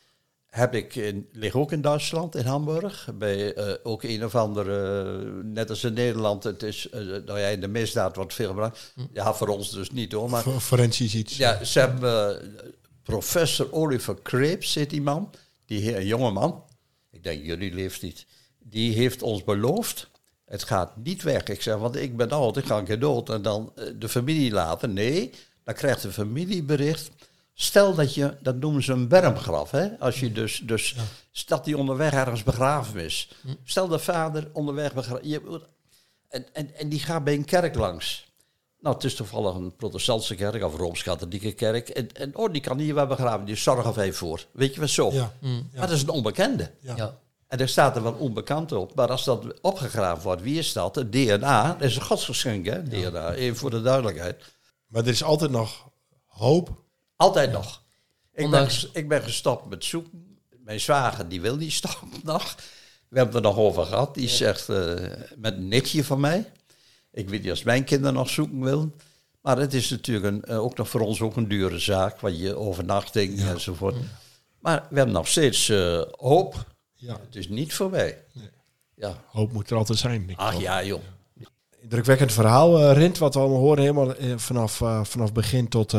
lig ook in Duitsland, in Hamburg, bij ook een of andere, net als in Nederland, het is, in de misdaad wordt veel gebruikt. Ja, voor ons dus niet hoor. Maar, forensisch iets. Ja, ze hebben professor Oliver Krebs, zit die man, een jonge man, ik denk jullie leeft niet, die heeft ons beloofd Het gaat niet weg. Ik zeg, want ik ben oud, ik ga een keer dood. En dan de familie laten. Nee, dan krijgt de familie bericht. Stel dat noemen ze een bermgraf. Hè? Als je dus stel die onderweg ergens begraven is. Stel de vader onderweg begraven. En die gaat bij een kerk langs. Nou, het is toevallig een protestantse kerk of Rooms-Katholieke kerk. En die kan hier wel begraven, die zorgen wij voor. Weet je wat zo? Ja. Maar dat is een onbekende. Ja. En er staat er wel onbekend op. Maar als dat opgegraven wordt, wie is dat? Het DNA, dat is een godsgeschenk, hè? DNA, even voor de duidelijkheid. Maar er is altijd nog hoop. Altijd nog. Ondanks- Ik ben gestopt met zoeken. Mijn zwager, die wil niet stoppen nog. We hebben het er nog over gehad. Die zegt, met een nichtje van mij. Ik weet niet als mijn kinderen nog zoeken willen. Maar het is natuurlijk ook nog voor ons ook een dure zaak. Want je overnachting enzovoort. Maar we hebben nog steeds hoop. Ja. Het is niet voorbij. Nee. Ja. Hoop moet er altijd zijn. denk ik Ach wel. ja, joh. Indrukwekkend verhaal, Rint, wat we allemaal horen. Helemaal vanaf begin tot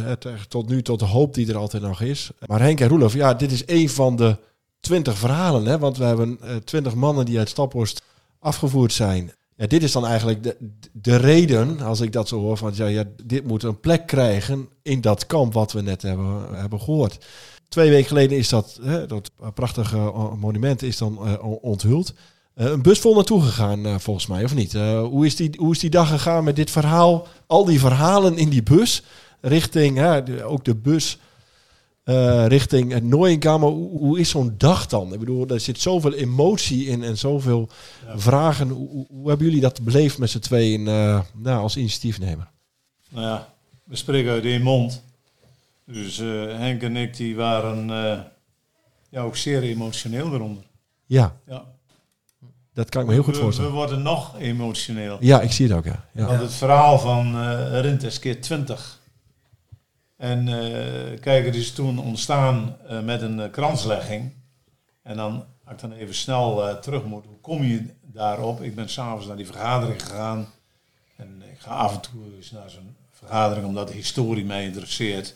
nu, tot de hoop die er altijd nog is. Maar Henk en Roelof, ja, dit is één van de 20 verhalen. Hè? Want we hebben 20 mannen die uit Staphorst afgevoerd zijn. Ja, dit is dan eigenlijk de reden, als ik dat zo hoor, van dit moet een plek krijgen in dat kamp wat we net hebben gehoord. 2 weken geleden is dat prachtige monument is dan onthuld. Een bus vol naartoe gegaan, volgens mij, of niet? Hoe is die dag gegaan met dit verhaal? Al die verhalen in die bus, richting ook de bus richting het Nooienkamer. Hoe is zo'n dag dan? Ik bedoel, er zit zoveel emotie in en zoveel vragen. Hoe hebben jullie dat beleefd met z'n tweeën als initiatiefnemer? Nou ja, we spreken uit één mond. Dus Henk en ik die waren ook zeer emotioneel eronder. Ja, Ja. dat kan ik me heel goed We voorstellen. worden nog emotioneel. Ja, ik zie het ook, ja. Want het verhaal van Rint is keer 20. En kijk, het is toen ontstaan met een kranslegging. En dan, als ik dan even snel terug moet, hoe kom je daarop? Ik ben s'avonds naar die vergadering gegaan. En ik ga af en toe eens naar zo'n vergadering, omdat de historie mij interesseert.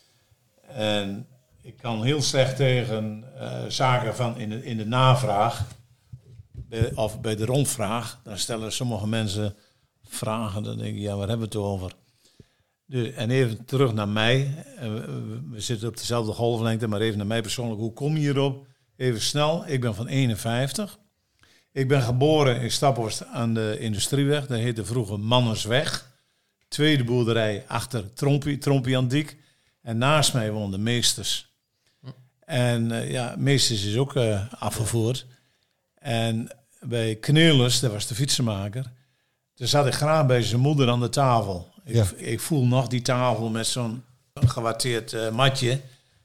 En ik kan heel slecht tegen zaken van in de navraag, of bij de rondvraag. Dan stellen sommige mensen vragen, dan denk ik, ja, waar hebben we het over? En even terug naar mij. We zitten op dezelfde golflengte, maar even naar mij persoonlijk. Hoe kom je hierop? Even snel. Ik ben van 51. Ik ben geboren in Staphorst aan de Industrieweg. Dat heette vroeger Mannersweg. Tweede boerderij achter Trompie Antiek. En naast mij woonde Meesters. En Meesters is ook afgevoerd. En bij Knelis, dat was de fietsenmaker, daar zat ik graag bij zijn moeder aan de tafel. Ik voel nog die tafel met zo'n gewatteerd matje.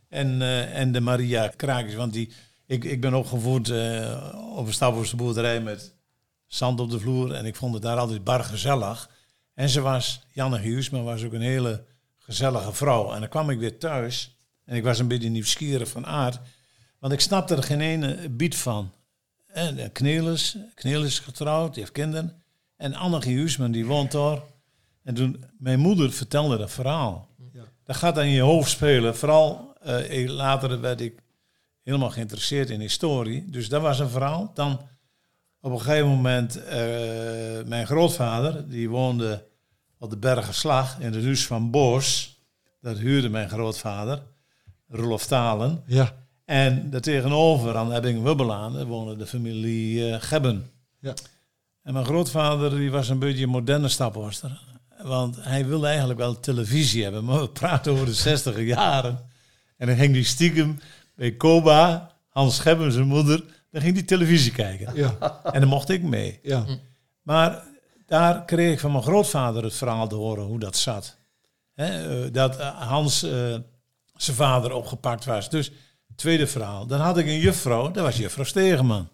En de Maria kraakjes. Want ik ben opgevoed op een Staphorstse boerderij met zand op de vloer. En ik vond het daar altijd bar gezellig. En Janne Huisman was ook een hele gezellige vrouw. En dan kwam ik weer thuis. En ik was een beetje nieuwsgierig van aard. Want ik snapte er geen ene biet van. En Knelis is getrouwd, die heeft kinderen. En Anne Huisman, die woont daar. En toen, mijn moeder vertelde dat verhaal. Ja. Dat gaat aan je hoofd spelen. Vooral later werd ik helemaal geïnteresseerd in historie. Dus dat was een verhaal. Dan op een gegeven moment, mijn grootvader, die woonde op de Bergenslag in het huis van Boos. Dat huurde mijn grootvader, Roelof Talen. Ja. En daartegenover aan de Ebbing-Wubbelaan woonde de familie Gebben. Ja. En mijn grootvader die was een beetje een moderne Staphorster. Want hij wilde eigenlijk wel televisie hebben. Maar we praten over de 60 jaren. En dan ging hij stiekem bij Koba, Hans Gebben, zijn moeder, dan ging hij televisie kijken. Ja. En dan mocht ik mee. Ja. Maar daar kreeg ik van mijn grootvader het verhaal te horen hoe dat zat. Dat Hans zijn vader opgepakt was. Dus tweede verhaal. Dan had ik een juffrouw, dat was juffrouw Stegeman.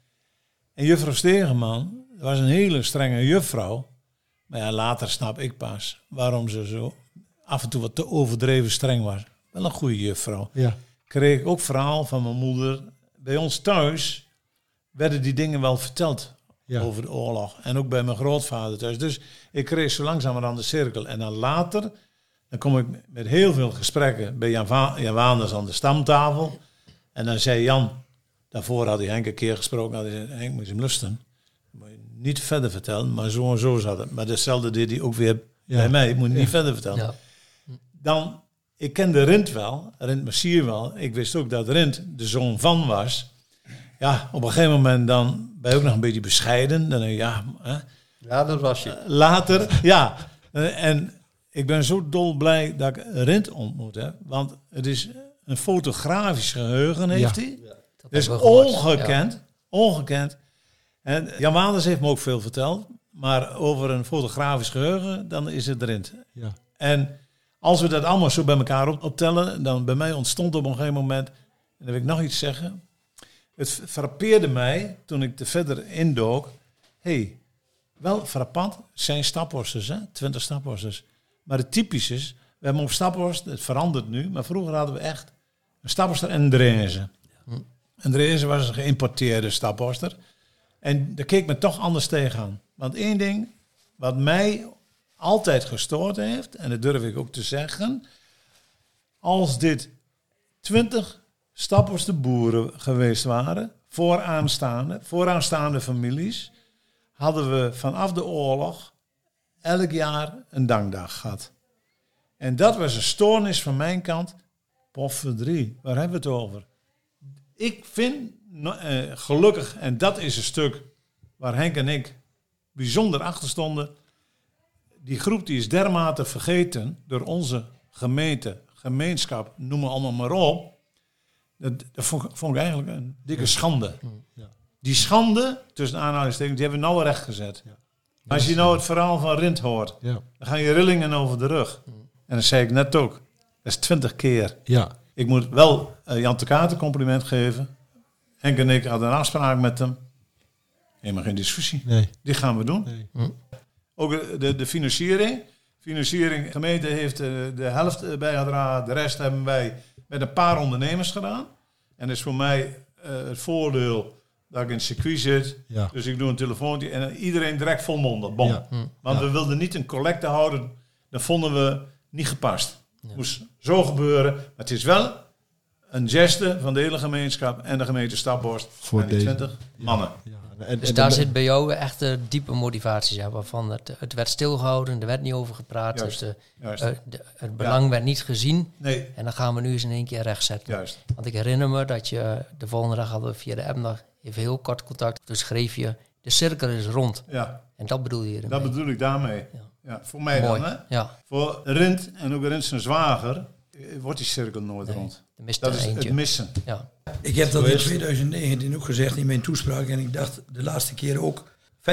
En juffrouw Stegeman was een hele strenge juffrouw. Maar ja, later snap ik pas waarom ze zo af en toe wat te overdreven streng was. Wel een goede juffrouw. Ja. Kreeg ik ook verhaal van mijn moeder. Bij ons thuis werden die dingen wel verteld over de oorlog. En ook bij mijn grootvader thuis. Dus ik kreeg zo langzamerhand de cirkel. En dan later, dan kom ik met heel veel gesprekken bij Jan Waanders aan de stamtafel. En dan zei Jan, daarvoor had hij Henk een keer gesproken. Hij zei, Henk, moet je hem lusten. Moet je niet verder vertellen, maar zo en zo zat het. Maar datzelfde deed hij ook weer bij mij. Ik moet niet verder vertellen. Ja. Dan, ik kende Rint wel, Rint Messier wel. Ik wist ook dat Rint de zoon van was. Ja, op een gegeven moment dan ben je ook nog een beetje bescheiden. Dan denk je, ja... Ja, dat was je. Later, ja. En ik ben zo dolblij dat ik Rint ontmoet heb. Want het is een fotografisch geheugen, heeft hij. Ja. Dat is hebben we gehoord. ongekend. Ja. Ongekend. En Jan Waanders heeft me ook veel verteld. Maar over een fotografisch geheugen, dan is het Rint. Ja. En als we dat allemaal zo bij elkaar optellen, dan bij mij ontstond op een gegeven moment, en dan wil ik nog iets zeggen. Het frappeerde mij, toen ik er verder indook, wel frappant, zijn staphorsters, 20 staphorsters. Maar het typische is, we hebben op Staphorst, het verandert nu, maar vroeger hadden we echt een staphorster en een Dreese. Een Dreese was een geïmporteerde staphorster. En daar keek me toch anders tegenaan. Want één ding, wat mij altijd gestoord heeft, en dat durf ik ook te zeggen, als dit 20 staphorster boeren geweest waren, vooraanstaande families, hadden we vanaf de oorlog elk jaar een dankdag gehad. En dat was een stoornis van mijn kant. Potverdrie, waar hebben we het over? Ik vind gelukkig, en dat is een stuk waar Henk en ik bijzonder achter stonden, die groep die is dermate vergeten door onze gemeente, gemeenschap, noem maar allemaal maar op. Dat vond ik eigenlijk een dikke schande. Ja. Die schande, tussen aanhalingstekens, die hebben we nou recht gezet. Ja. Als je nou het verhaal van Rint hoort, dan gaan je rillingen over de rug. En dat zei ik net ook. Dat is 20 keer. Ja. Ik moet wel Jan de Kaat een compliment geven. Henk en ik hadden een afspraak met hem. Helemaal geen discussie. Nee. Die gaan we doen. Nee. Ook de financiering. Financiering, de gemeente heeft de helft bijgedragen. De rest hebben wij met een paar ondernemers gedaan. En dat is voor mij het voordeel dat ik in het circuit zit. Ja. Dus ik doe een telefoontje en iedereen direct volmondig. Bom. Ja. Want we wilden niet een collecte houden. Dat vonden we niet gepast. Het moest zo gebeuren. Maar het is wel een geste van de hele gemeenschap en de gemeente Staphorst Voor en die deze. 20 mannen. Ja. Dus daar zit bij jou echt een diepe motivatie, ja, waarvan het werd stilgehouden, er werd niet over gepraat, Juist, dus juist. het belang werd niet gezien. Nee, En dan gaan we nu eens in één keer rechtzetten. juist. Want ik herinner me dat je de volgende dag hadden we via de app nog even heel kort contact. Toen schreef je, de cirkel is rond. Ja, En dat bedoel je ermee. dat bedoel ik daarmee. Ja. Ja, voor mij Mooi. dan, hè? Ja, Voor Rint en ook Rint zijn zwager wordt die cirkel nooit rond. er mist Dat er is eentje. het missen. Ja. Ik heb dat in 2019 ook gezegd in mijn toespraak. En ik dacht de laatste keer ook,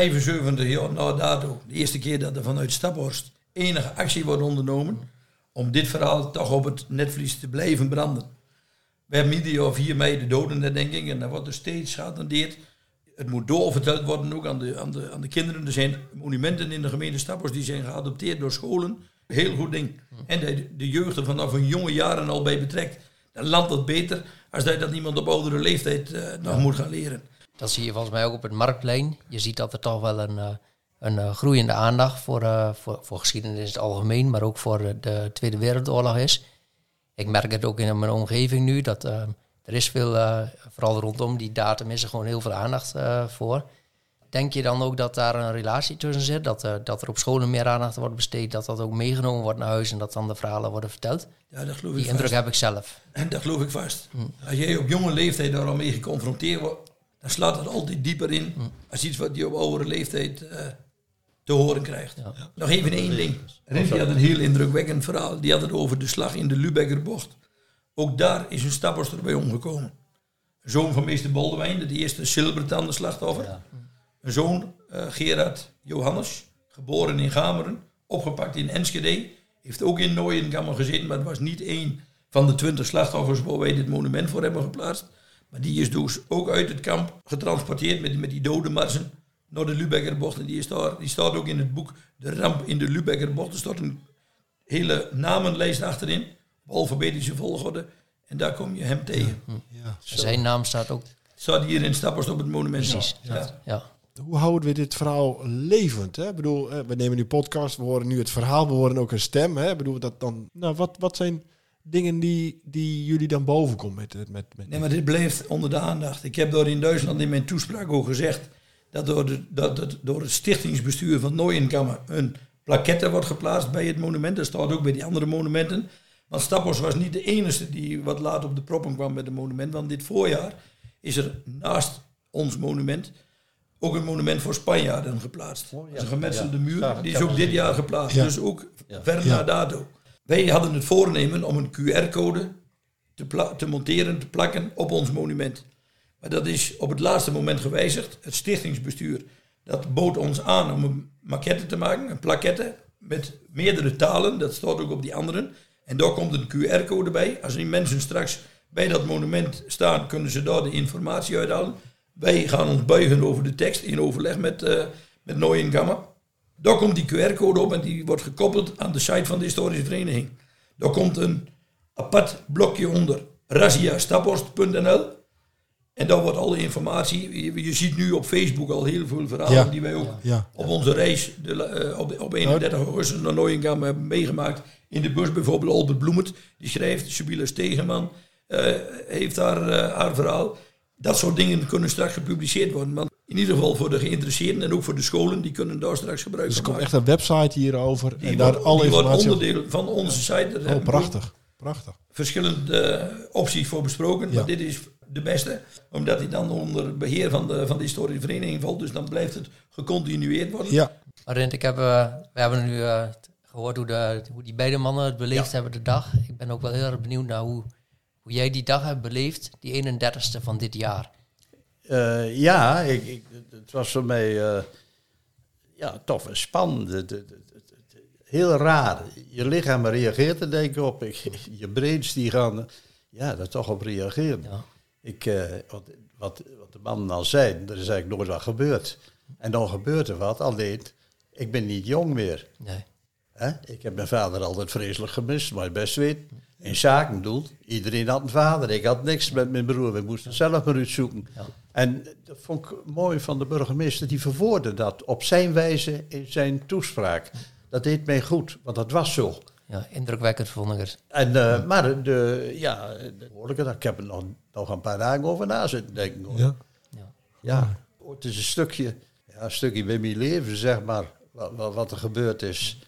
75 jaar na dato, de eerste keer dat er vanuit Staphorst enige actie wordt ondernomen om dit verhaal toch op het netvlies te blijven branden. We hebben ieder jaar 4 mei de dodenherdenking en daar wordt er steeds geattendeerd. Het moet doorverteld worden ook aan de kinderen. Er zijn monumenten in de gemeente Staphorst die zijn geadopteerd door scholen. Heel goed ding. En de jeugd er vanaf een jonge jaren al bij betrekt. Dan landt het beter als dat niemand op oudere leeftijd nog moet gaan leren. Dat zie je volgens mij ook op het Marktplein. Je ziet dat er toch wel een groeiende aandacht voor geschiedenis in het algemeen, maar ook voor de Tweede Wereldoorlog is. Ik merk het ook in mijn omgeving nu, dat er is veel, vooral rondom die datum is er gewoon heel veel aandacht voor. Denk je dan ook dat daar een relatie tussen zit? Dat er op scholen meer aandacht wordt besteed, dat dat ook meegenomen wordt naar huis en dat dan de verhalen worden verteld? Ja, dat geloof Die ik indruk vast. heb ik zelf. En dat geloof ik vast. Als jij op jonge leeftijd daar al mee geconfronteerd wordt, dan slaat het altijd dieper in als iets wat je op oudere leeftijd te horen krijgt. Ja. Nog even één ding. Rint had een heel indrukwekkend verhaal. Die had het over de slag in de Lübeckerbocht. Ook daar is een Staphorster bij omgekomen. Een zoon van meester Boldewijn, de eerste Silbertanden slachtoffer. Ja. Een zoon, Gerard Johannes, geboren in Gameren, opgepakt in Enschede. Heeft ook in Nooienkammer gezeten, maar het was niet één van de 20 slachtoffers waar wij dit monument voor hebben geplaatst. Maar die is dus ook uit het kamp getransporteerd met die dodenmarsen naar de Lübeckerbocht. En die staat ook in het boek De Ramp in de Lübeckerbocht. Er staat een hele namenlijst achterin, op alfabetische volgorde. En daar kom je hem tegen. Ja. Zijn naam staat ook. Staat hier in Staphorst op het monument. Precies. Ja. Hoe houden we dit verhaal levend? Hè? Ik bedoel, we nemen nu podcast, we horen nu het verhaal, we horen ook een stem. Hè? Ik bedoel, dat dan, nou, wat zijn dingen die jullie dan boven komen met Nee, maar dit blijft onder de aandacht. Ik heb daar in Duitsland in mijn toespraak ook gezegd. dat door het stichtingsbestuur van Nooienkammer een plaquette wordt geplaatst bij het monument. Dat staat ook bij die andere monumenten. Want Staphorst was niet de enige die wat laat op de proppen kwam met het monument. Want dit voorjaar is er naast ons monument ook een monument voor Spanjaarden geplaatst. Dat is een gemetselde muur. Die is ook dit jaar geplaatst. Ja. Dus ook ver na dato. Wij hadden het voornemen om een QR-code te monteren, te plakken op ons monument. Maar dat is op het laatste moment gewijzigd. Het stichtingsbestuur dat bood ons aan om een maquette te maken, een plaquette met meerdere talen. Dat staat ook op die anderen. En daar komt een QR-code bij. Als die mensen straks bij dat monument staan, kunnen ze daar de informatie uithalen. Wij gaan ons buigen over de tekst in overleg met Nooienkammer. Daar komt die QR-code op en die wordt gekoppeld aan de site van de historische vereniging. Daar komt een apart blokje onder, razziastaphorst.nl. En daar wordt alle informatie. Je ziet nu op Facebook al heel veel verhalen die wij ook op onze reis op 31 augustus naar Nooienkammer hebben meegemaakt. In de bus bijvoorbeeld Albert Bloemert, die schrijft, Sibylle Stegeman heeft haar verhaal. Dat soort dingen kunnen straks gepubliceerd worden. Want in ieder geval voor de geïnteresseerden en ook voor de scholen, die kunnen daar straks gebruik van maken. Dus er komt echt een website hierover. Die wordt onderdeel van onze site. Oh, prachtig. Verschillende opties voor besproken, maar dit is de beste. Omdat hij dan onder beheer van de historische vereniging valt. Dus dan blijft het gecontinueerd worden. Ja. Arend, we hebben nu gehoord hoe die beide mannen het beleefd hebben de dag. Ik ben ook wel heel erg benieuwd naar hoe jij die dag hebt beleefd, die 31ste van dit jaar. Het was voor mij tof en spannend. Heel raar. Je lichaam reageert er denk ik op. Je brains die gaan daar toch op reageren. Ja. Wat de man al zei, er is eigenlijk nooit wat gebeurd. En dan gebeurt er wat, alleen ik ben niet jong meer. Nee. Ik heb mijn vader altijd vreselijk gemist, maar je best weet, in zaken doel, iedereen had een vader. Ik had niks met mijn broer, we moesten zelf maar uitzoeken. Ja. En dat vond ik mooi van de burgemeester, die verwoordde dat op zijn wijze in zijn toespraak. Dat deed mij goed, want dat was zo. Ja, indrukwekkend vond ik het. En, maar ik heb er nog een paar dagen over na zitten denken. Het is een stukje bij mijn leven, zeg maar, wat er gebeurd is.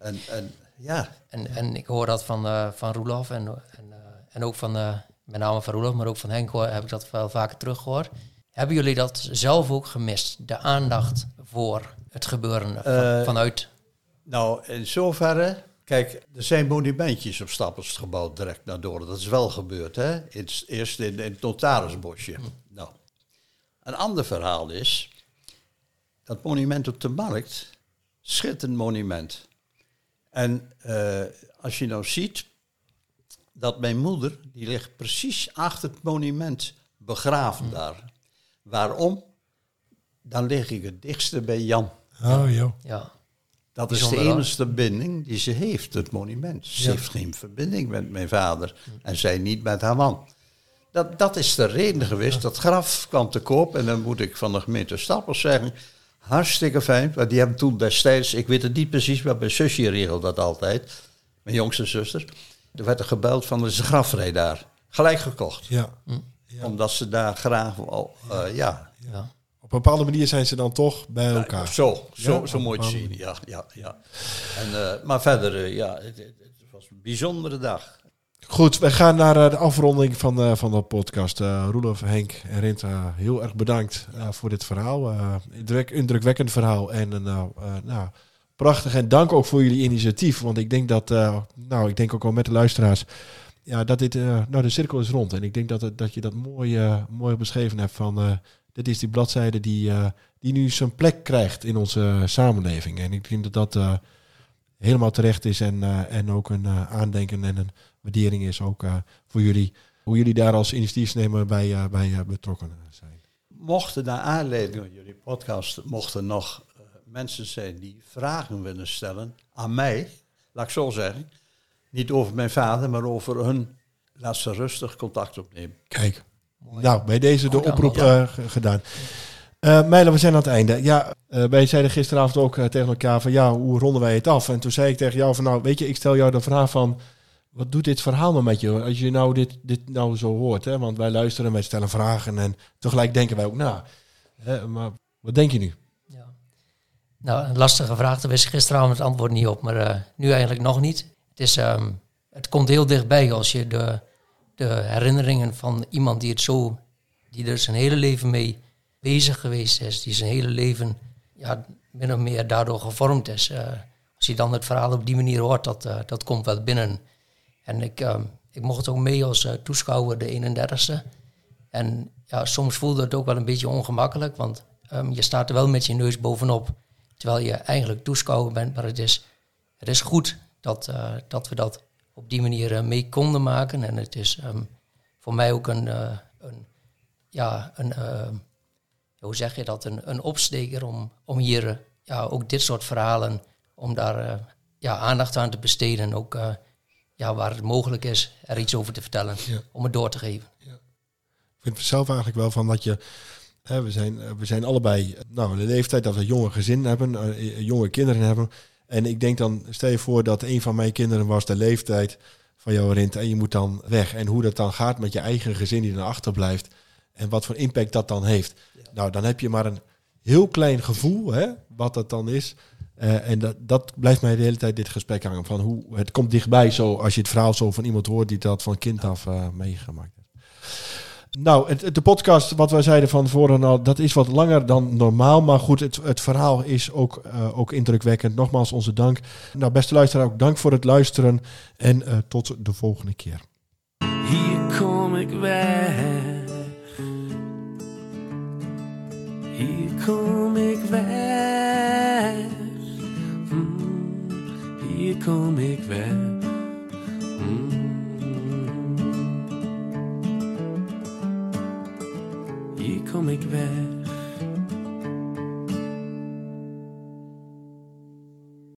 En ik hoor dat van Roelof en ook van, met name van Roelof, maar ook van Henk heb ik dat wel vaker teruggehoord. Hebben jullie dat zelf ook gemist? De aandacht voor het gebeuren vanuit... Nou, in zoverre... Kijk, er zijn monumentjes op Staphorst gebouwd direct naar Doorn. Dat is wel gebeurd, hè? Eerst in het notarisbosje. Nou, een ander verhaal is... dat monument op de markt... schitterend monument. En als je nou ziet... dat mijn moeder... die ligt precies achter het monument... begraven daar. Waarom? Dan lig ik het dichtste bij Jan. Oh, joh. Ja. Dat is de enige binding die ze heeft, het monument. Ze heeft geen verbinding met mijn vader. En zij niet met haar man. Dat is de reden geweest. Dat graf kwam te koop. En dan moet ik van de gemeente Staphorst zeggen... hartstikke fijn. Want die hebben toen destijds... ik weet het niet precies, maar mijn zusje regelt dat altijd. Mijn jongste zuster. Er werd er gebeld van, er is een grafrij daar. Gelijk gekocht. Ja. Omdat ze daar graag... Op een bepaalde manier zijn ze dan toch bij elkaar. Zo moet je zien. Ja. En, maar verder, het was een bijzondere dag. Goed, we gaan naar de afronding van de podcast. Roelof, Henk en Rint, heel erg bedankt voor dit verhaal. Indrukwekkend verhaal. En prachtig. En dank ook voor jullie initiatief. Want ik denk dat, ik denk ook wel met de luisteraars... dat dit, de cirkel is rond. En ik denk dat je dat mooi beschreven hebt van... dit is die bladzijde die nu zijn plek krijgt in onze samenleving. En ik denk dat helemaal terecht is en ook een aandenken en een waardering is ook voor jullie. Hoe jullie daar als initiatiefnemer bij betrokken zijn. Mochten naar aanleiding van jullie podcast, mochten nog mensen zijn die vragen willen stellen aan mij, laat ik zo zeggen. Niet over mijn vader, maar over hun. Laat ze rustig contact opnemen. Kijk. Mooi. Nou, bij deze de oproep gedaan. Mijlen, we zijn aan het einde. Ja, wij zeiden gisteravond ook tegen elkaar van hoe ronden wij het af? En toen zei ik tegen jou van weet je, ik stel jou de vraag van wat doet dit verhaal nou met je? Als je nou dit nou zo hoort, hè? Want wij luisteren, wij stellen vragen en tegelijk denken wij ook na. Maar Wat denk je nu? Ja. Nou, een lastige vraag. Daar wist ik gisteravond het antwoord niet op. Maar nu eigenlijk nog niet. Het komt heel dichtbij als je de herinneringen van iemand die er zijn hele leven mee bezig geweest is. Die zijn hele leven min of meer daardoor gevormd is. Als je dan het verhaal op die manier hoort, dat komt wel binnen. En ik mocht ook mee als toeschouwer de 31ste. En ja, soms voelde het ook wel een beetje ongemakkelijk, want je staat er wel met je neus bovenop, terwijl je eigenlijk toeschouwer bent. Maar het is goed dat we dat op die manier mee konden maken. En het is voor mij ook hoe zeg je dat, een opsteker om hier ook dit soort verhalen, om daar aandacht aan te besteden. Ook waar het mogelijk is er iets over te vertellen, om het door te geven. Ja. Ik vind zelf eigenlijk wel van dat je... we zijn allebei in de leeftijd dat we jonge gezinnen hebben, jonge kinderen hebben. En ik denk dan, stel je voor dat een van mijn kinderen was de leeftijd van jou, Rint, en je moet dan weg. En hoe dat dan gaat met je eigen gezin die er achterblijft. En wat voor impact dat dan heeft. Ja. Nou, dan heb je maar een heel klein gevoel, wat dat dan is. En dat blijft mij de hele tijd dit gesprek hangen. Van hoe het komt dichtbij zo als je het verhaal zo van iemand hoort die dat van kind af meegemaakt heeft. Nou, de podcast, wat wij zeiden van tevoren al, dat is wat langer dan normaal. Maar goed, het verhaal is ook indrukwekkend. Nogmaals onze dank. Nou, beste luisteraar, ook dank voor het luisteren. En tot de volgende keer. Hier kom ik weg. Hier kom ik weg. Hier kom ik weg.